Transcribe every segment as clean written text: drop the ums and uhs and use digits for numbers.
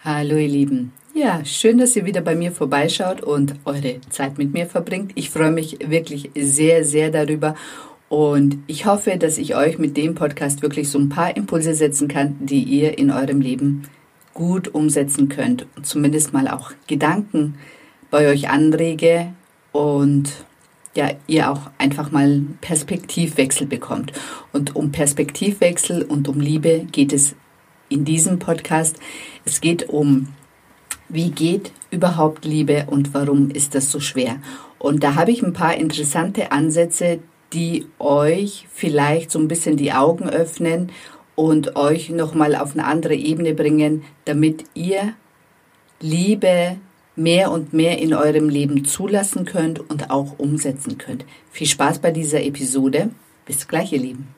Hallo ihr Lieben. Ja, schön, dass ihr wieder bei mir vorbeischaut und eure Zeit mit mir verbringt. Ich freue mich wirklich sehr, sehr darüber und ich hoffe, dass ich euch mit dem Podcast wirklich so ein paar Impulse setzen kann, die ihr in eurem Leben gut umsetzen könnt und zumindest mal auch Gedanken bei euch anrege und ja, ihr auch einfach mal einen Perspektivwechsel bekommt. Und um Perspektivwechsel und um Liebe geht es in diesem Podcast. Es geht um, wie geht überhaupt Liebe und warum ist das so schwer? Und da habe ich ein paar interessante Ansätze, die euch vielleicht so ein bisschen die Augen öffnen und euch nochmal auf eine andere Ebene bringen, damit ihr Liebe mehr und mehr in eurem Leben zulassen könnt und auch umsetzen könnt. Viel Spaß bei dieser Episode. Bis gleich, ihr Lieben.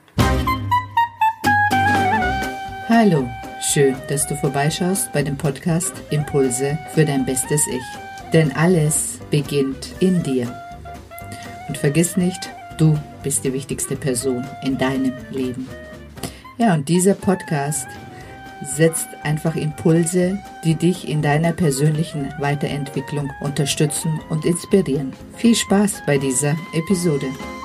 Hallo, schön, dass du vorbeischaust bei dem Podcast Impulse für dein bestes Ich. Denn alles beginnt in dir. Und vergiss nicht, du bist die wichtigste Person in deinem Leben. Ja, und dieser Podcast setzt einfach Impulse, die dich in deiner persönlichen Weiterentwicklung unterstützen und inspirieren. Viel Spaß bei dieser Episode.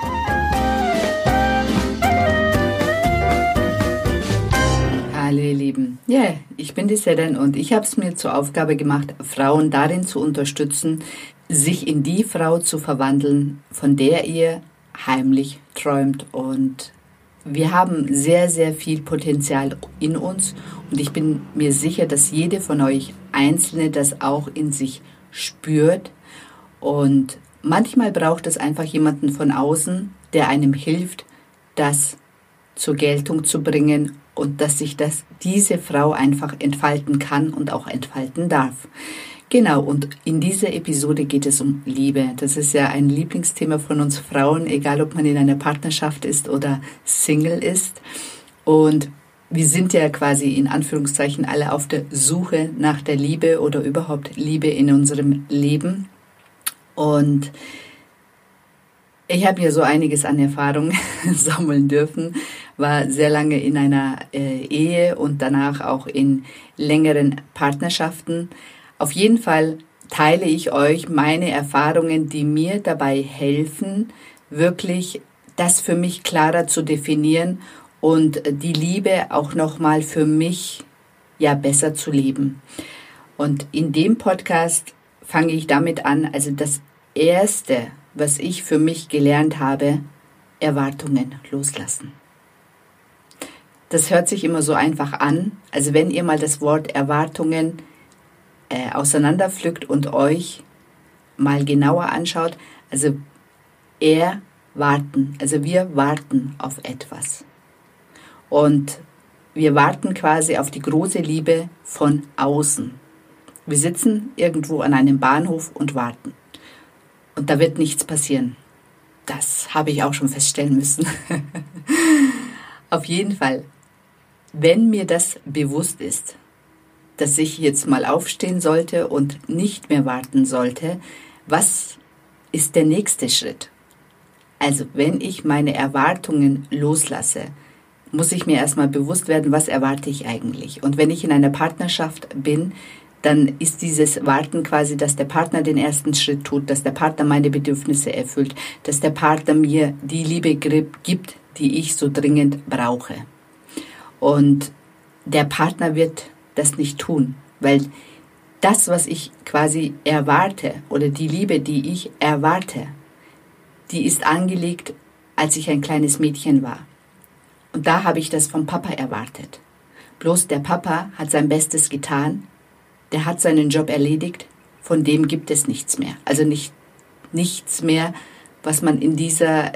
Hallo ihr Lieben, ja, ich bin die Sedan und ich habe es mir zur Aufgabe gemacht, Frauen darin zu unterstützen, sich in die Frau zu verwandeln, von der ihr heimlich träumt. Und wir haben sehr, sehr viel Potenzial in uns und ich bin mir sicher, dass jede von euch Einzelne das auch in sich spürt. Und manchmal braucht es einfach jemanden von außen, der einem hilft, das zur Geltung zu bringen und dass sich diese Frau einfach entfalten kann und auch entfalten darf. Genau, und in dieser Episode geht es um Liebe. Das ist ja ein Lieblingsthema von uns Frauen, egal ob man in einer Partnerschaft ist oder Single ist. Und wir sind ja quasi in Anführungszeichen alle auf der Suche nach der Liebe oder überhaupt Liebe in unserem Leben. Und ich habe ja so einiges an Erfahrung sammeln dürfen, war sehr lange in einer Ehe und danach auch in längeren Partnerschaften. Auf jeden Fall teile ich euch meine Erfahrungen, die mir dabei helfen, wirklich das für mich klarer zu definieren und die Liebe auch nochmal für mich ja besser zu leben. Und in dem Podcast fange ich damit an, also das Erste, was ich für mich gelernt habe, Erwartungen loslassen. Das hört sich immer so einfach an. Also wenn ihr mal das Wort Erwartungen auseinanderpflückt und euch mal genauer anschaut, also erwarten, also wir warten auf etwas. Und wir warten quasi auf die große Liebe von außen. Wir sitzen irgendwo an einem Bahnhof und warten. Und da wird nichts passieren. Das habe ich auch schon feststellen müssen. Auf jeden Fall, wenn mir das bewusst ist, dass ich jetzt mal aufstehen sollte und nicht mehr warten sollte, was ist der nächste Schritt? Also, wenn ich meine Erwartungen loslasse, muss ich mir erstmal bewusst werden, was erwarte ich eigentlich? Und wenn ich in einer Partnerschaft bin, dann ist dieses Warten quasi, dass der Partner den ersten Schritt tut, dass der Partner meine Bedürfnisse erfüllt, dass der Partner mir die Liebe gibt, die ich so dringend brauche. Und der Partner wird das nicht tun, weil das, was ich quasi erwarte oder die Liebe, die ich erwarte, die ist angelegt, als ich ein kleines Mädchen war. Und da habe ich das vom Papa erwartet. Bloß der Papa hat sein Bestes getan, der hat seinen Job erledigt, von dem gibt es nichts mehr. Also nichts mehr, was man in dieser,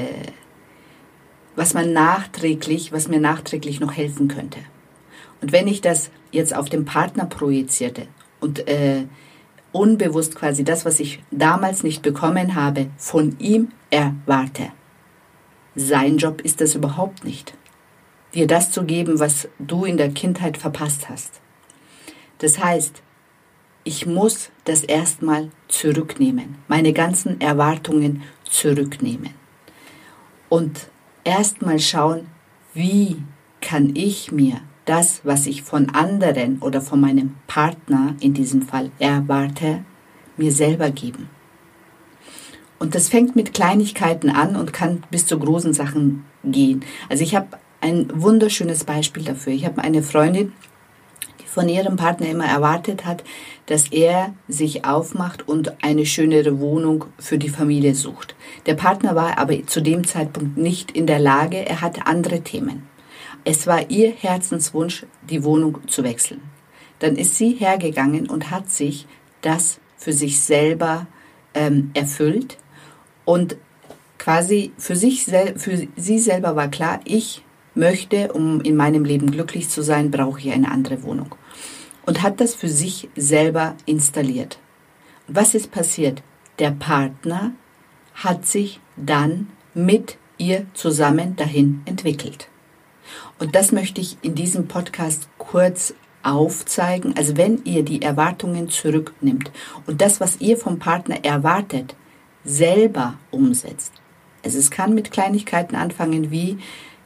was mir nachträglich noch helfen könnte. Und wenn ich das jetzt auf den Partner projizierte und unbewusst quasi das, was ich damals nicht bekommen habe, von ihm erwarte, sein Job ist das überhaupt nicht, dir das zu geben, was du in der Kindheit verpasst hast. Das heißt, ich muss das erstmal zurücknehmen, meine ganzen Erwartungen zurücknehmen und erstmal schauen, wie kann ich mir das, was ich von anderen oder von meinem Partner in diesem Fall erwarte, mir selber geben. Und das fängt mit Kleinigkeiten an und kann bis zu großen Sachen gehen. Also ich habe ein wunderschönes Beispiel dafür. Ich habe eine Freundin, die von ihrem Partner immer erwartet hat, dass er sich aufmacht und eine schönere Wohnung für die Familie sucht. Der Partner war aber zu dem Zeitpunkt nicht in der Lage, er hatte andere Themen. Es war ihr Herzenswunsch, die Wohnung zu wechseln. Dann ist sie hergegangen und hat sich das für sich selber erfüllt. Und quasi für sie selber war klar, ich möchte, um in meinem Leben glücklich zu sein, brauche ich eine andere Wohnung. Und hat das für sich selber installiert. Was ist passiert? Der Partner hat sich dann mit ihr zusammen dahin entwickelt. Und das möchte ich in diesem Podcast kurz aufzeigen. Also wenn ihr die Erwartungen zurücknimmt und das, was ihr vom Partner erwartet, selber umsetzt. Also es kann mit Kleinigkeiten anfangen wie,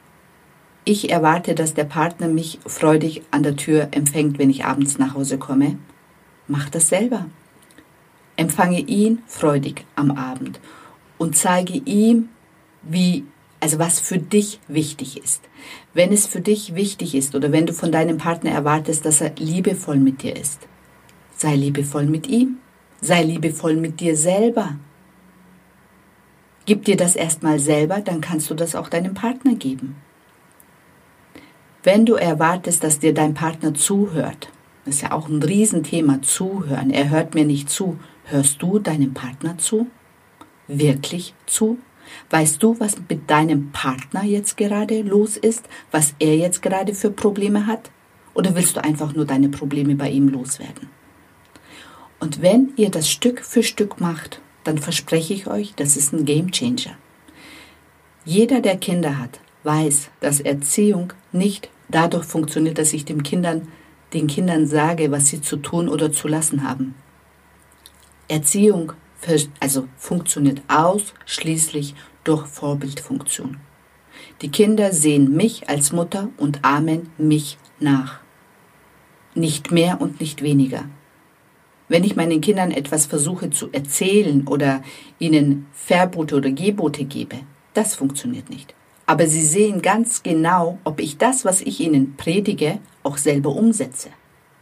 ich erwarte, dass der Partner mich freudig an der Tür empfängt, wenn ich abends nach Hause komme. Mach das selber. Empfange ihn freudig am Abend und zeige ihm, was für dich wichtig ist. Wenn es für dich wichtig ist oder wenn du von deinem Partner erwartest, dass er liebevoll mit dir ist, sei liebevoll mit ihm, sei liebevoll mit dir selber. Gib dir das erstmal selber, dann kannst du das auch deinem Partner geben. Wenn du erwartest, dass dir dein Partner zuhört, das ist ja auch ein Riesenthema, zuhören, er hört mir nicht zu, hörst du deinem Partner zu? Wirklich zu? Weißt du, was mit deinem Partner jetzt gerade los ist, was er jetzt gerade für Probleme hat? Oder willst du einfach nur deine Probleme bei ihm loswerden? Und wenn ihr das Stück für Stück macht, dann verspreche ich euch, das ist ein Gamechanger. Jeder, der Kinder hat, weiß, dass Erziehung nicht dadurch funktioniert, dass ich den Kindern sage, was sie zu tun oder zu lassen haben. Erziehung funktioniert ausschließlich durch Vorbildfunktion. Die Kinder sehen mich als Mutter und ahmen mich nach. Nicht mehr und nicht weniger. Wenn ich meinen Kindern etwas versuche zu erzählen oder ihnen Verbote oder Gebote gebe, das funktioniert nicht. Aber sie sehen ganz genau, ob ich das, was ich ihnen predige, auch selber umsetze.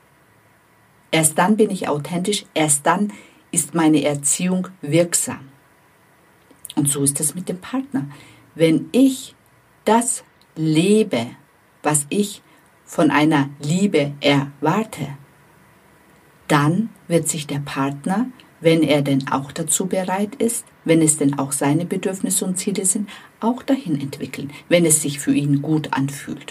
Erst dann bin ich authentisch, erst dann ist meine Erziehung wirksam. Und so ist es mit dem Partner. Wenn ich das lebe, was ich von einer Liebe erwarte, dann wird sich der Partner, wenn er denn auch dazu bereit ist, wenn es denn auch seine Bedürfnisse und Ziele sind, auch dahin entwickeln, wenn es sich für ihn gut anfühlt.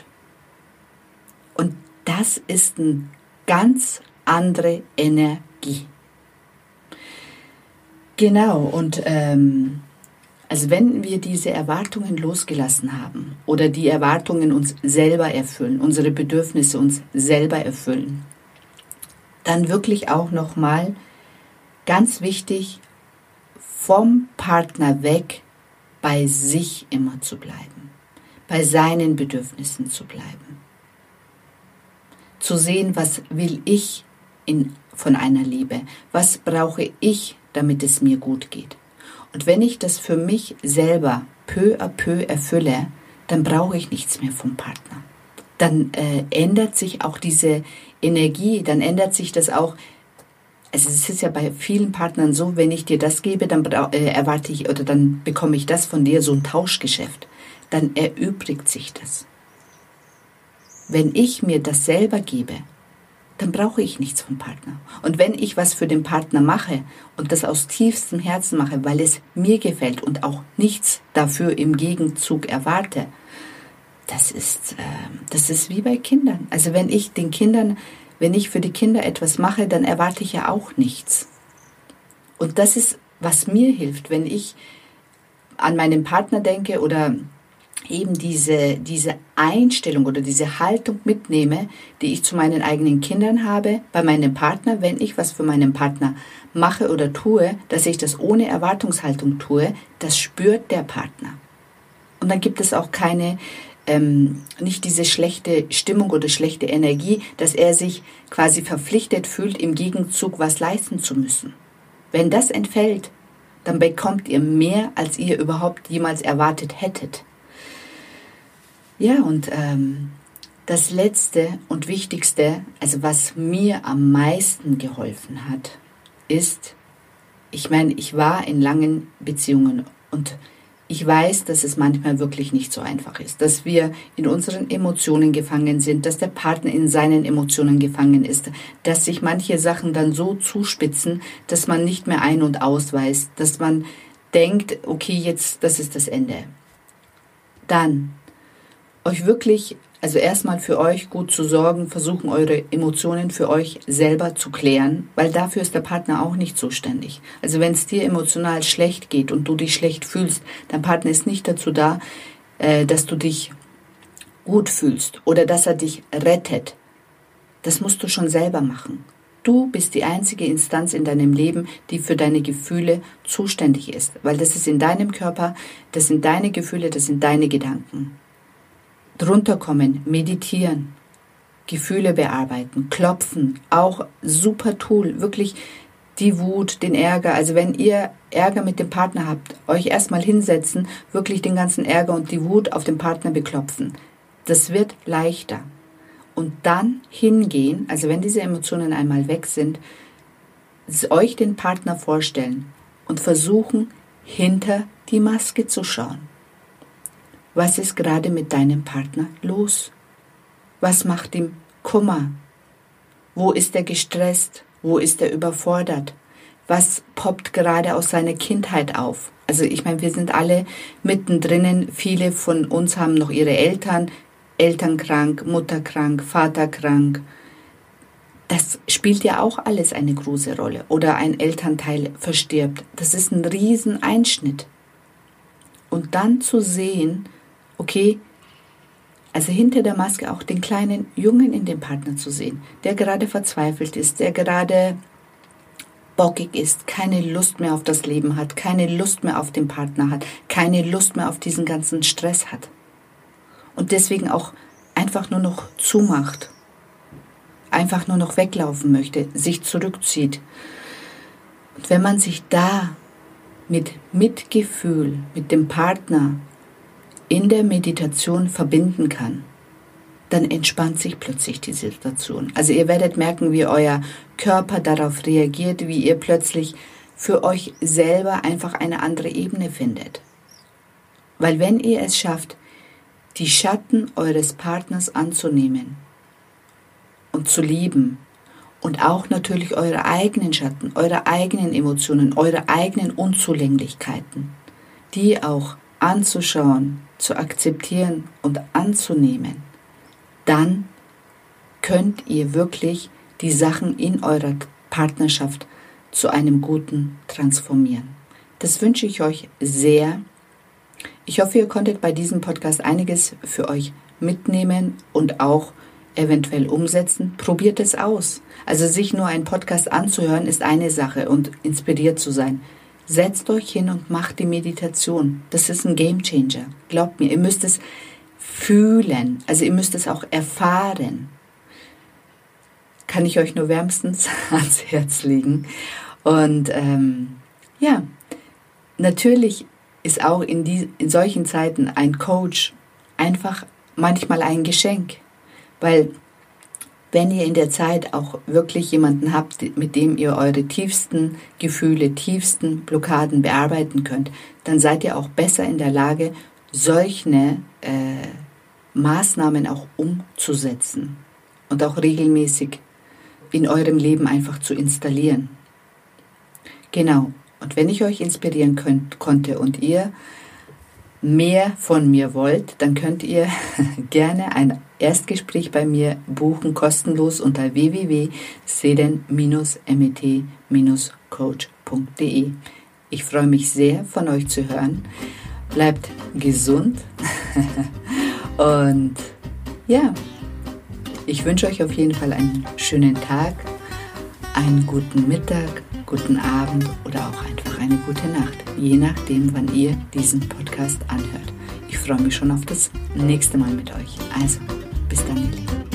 Und das ist eine ganz andere Energie. Genau, und also wenn wir diese Erwartungen losgelassen haben oder die Erwartungen uns selber erfüllen, unsere Bedürfnisse uns selber erfüllen, dann wirklich auch nochmal ganz wichtig, vom Partner weg bei sich immer zu bleiben, bei seinen Bedürfnissen zu bleiben. Zu sehen, was will ich von einer Liebe, was brauche ich, damit es mir gut geht. Und wenn ich das für mich selber peu à peu erfülle, dann brauche ich nichts mehr vom Partner. Dann ändert sich auch diese Energie, dann ändert sich das auch. Also es ist ja bei vielen Partnern so, wenn ich dir das gebe, dann erwarte ich oder dann bekomme ich das von dir, so ein Tauschgeschäft. Dann erübrigt sich das. Wenn ich mir das selber gebe, dann brauche ich nichts vom Partner. Und wenn ich was für den Partner mache und das aus tiefstem Herzen mache, weil es mir gefällt und auch nichts dafür im Gegenzug erwarte, das ist wie bei Kindern. Also wenn ich für die Kinder etwas mache, dann erwarte ich ja auch nichts. Und das ist, was mir hilft, wenn ich an meinen Partner denke oder eben diese Einstellung oder diese Haltung mitnehme, die ich zu meinen eigenen Kindern habe, bei meinem Partner, wenn ich was für meinen Partner mache oder tue, dass ich das ohne Erwartungshaltung tue, das spürt der Partner. Und dann gibt es auch keine nicht diese schlechte Stimmung oder schlechte Energie, dass er sich quasi verpflichtet fühlt, im Gegenzug was leisten zu müssen. Wenn das entfällt, dann bekommt ihr mehr, als ihr überhaupt jemals erwartet hättet. Ja, und das Letzte und Wichtigste, also was mir am meisten geholfen hat, ist, ich war in langen Beziehungen und ich weiß, dass es manchmal wirklich nicht so einfach ist, dass wir in unseren Emotionen gefangen sind, dass der Partner in seinen Emotionen gefangen ist, dass sich manche Sachen dann so zuspitzen, dass man nicht mehr ein- und ausweist, dass man denkt, okay, jetzt, das ist das Ende. Dann euch wirklich, also erstmal für euch gut zu sorgen, versuchen eure Emotionen für euch selber zu klären, weil dafür ist der Partner auch nicht zuständig. Also wenn es dir emotional schlecht geht und du dich schlecht fühlst, dein Partner ist nicht dazu da, dass du dich gut fühlst oder dass er dich rettet. Das musst du schon selber machen. Du bist die einzige Instanz in deinem Leben, die für deine Gefühle zuständig ist, weil das ist in deinem Körper, das sind deine Gefühle, das sind deine Gedanken. Drunter kommen, meditieren, Gefühle bearbeiten, klopfen, auch super Tool, wirklich die Wut, den Ärger. Also wenn ihr Ärger mit dem Partner habt, euch erstmal hinsetzen, wirklich den ganzen Ärger und die Wut auf den Partner beklopfen. Das wird leichter. Und dann hingehen, also wenn diese Emotionen einmal weg sind, euch den Partner vorstellen und versuchen, hinter die Maske zu schauen. Was ist gerade mit deinem Partner los? Was macht ihm Kummer? Wo ist er gestresst? Wo ist er überfordert? Was poppt gerade aus seiner Kindheit auf? Also wir sind alle mittendrin. Viele von uns haben noch ihre Eltern krank, Mutter krank, Vater krank. Das spielt ja auch alles eine große Rolle. Oder ein Elternteil verstirbt. Das ist ein Rieseneinschnitt. Und dann zu sehen, okay, also hinter der Maske auch den kleinen Jungen in dem Partner zu sehen, der gerade verzweifelt ist, der gerade bockig ist, keine Lust mehr auf das Leben hat, keine Lust mehr auf den Partner hat, keine Lust mehr auf diesen ganzen Stress hat. Und deswegen auch einfach nur noch zumacht, einfach nur noch weglaufen möchte, sich zurückzieht. Und wenn man sich da mit Mitgefühl mit dem Partner in der Meditation verbinden kann, dann entspannt sich plötzlich die Situation. Also ihr werdet merken, wie euer Körper darauf reagiert, wie ihr plötzlich für euch selber einfach eine andere Ebene findet. Weil wenn ihr es schafft, die Schatten eures Partners anzunehmen und zu lieben und auch natürlich eure eigenen Schatten, eure eigenen Emotionen, eure eigenen Unzulänglichkeiten, die auch anzuschauen, zu akzeptieren und anzunehmen, dann könnt ihr wirklich die Sachen in eurer Partnerschaft zu einem Guten transformieren. Das wünsche ich euch sehr. Ich hoffe, ihr konntet bei diesem Podcast einiges für euch mitnehmen und auch eventuell umsetzen. Probiert es aus. Also sich nur einen Podcast anzuhören ist eine Sache und inspiriert zu sein. Setzt euch hin und macht die Meditation. Das ist ein Gamechanger. Glaubt mir, ihr müsst es fühlen. Also ihr müsst es auch erfahren. Kann ich euch nur wärmstens ans Herz legen. Und natürlich ist auch in solchen Zeiten ein Coach einfach manchmal ein Geschenk. Weil wenn ihr in der Zeit auch wirklich jemanden habt, mit dem ihr eure tiefsten Gefühle, tiefsten Blockaden bearbeiten könnt, dann seid ihr auch besser in der Lage, solche Maßnahmen auch umzusetzen und auch regelmäßig in eurem Leben einfach zu installieren. Genau. Und wenn ich euch inspirieren konnte und ihr mehr von mir wollt, dann könnt ihr gerne ein Erstgespräch bei mir buchen, kostenlos unter www.seden-met-coach.de. Ich freue mich sehr, von euch zu hören. Bleibt gesund und ja, ich wünsche euch auf jeden Fall einen schönen Tag, einen guten Mittag, guten Abend oder auch einfach eine gute Nacht, je nachdem, wann ihr diesen Podcast anhört. Ich freue mich schon auf das nächste Mal mit euch. Also, bis dann, ihr Lieben.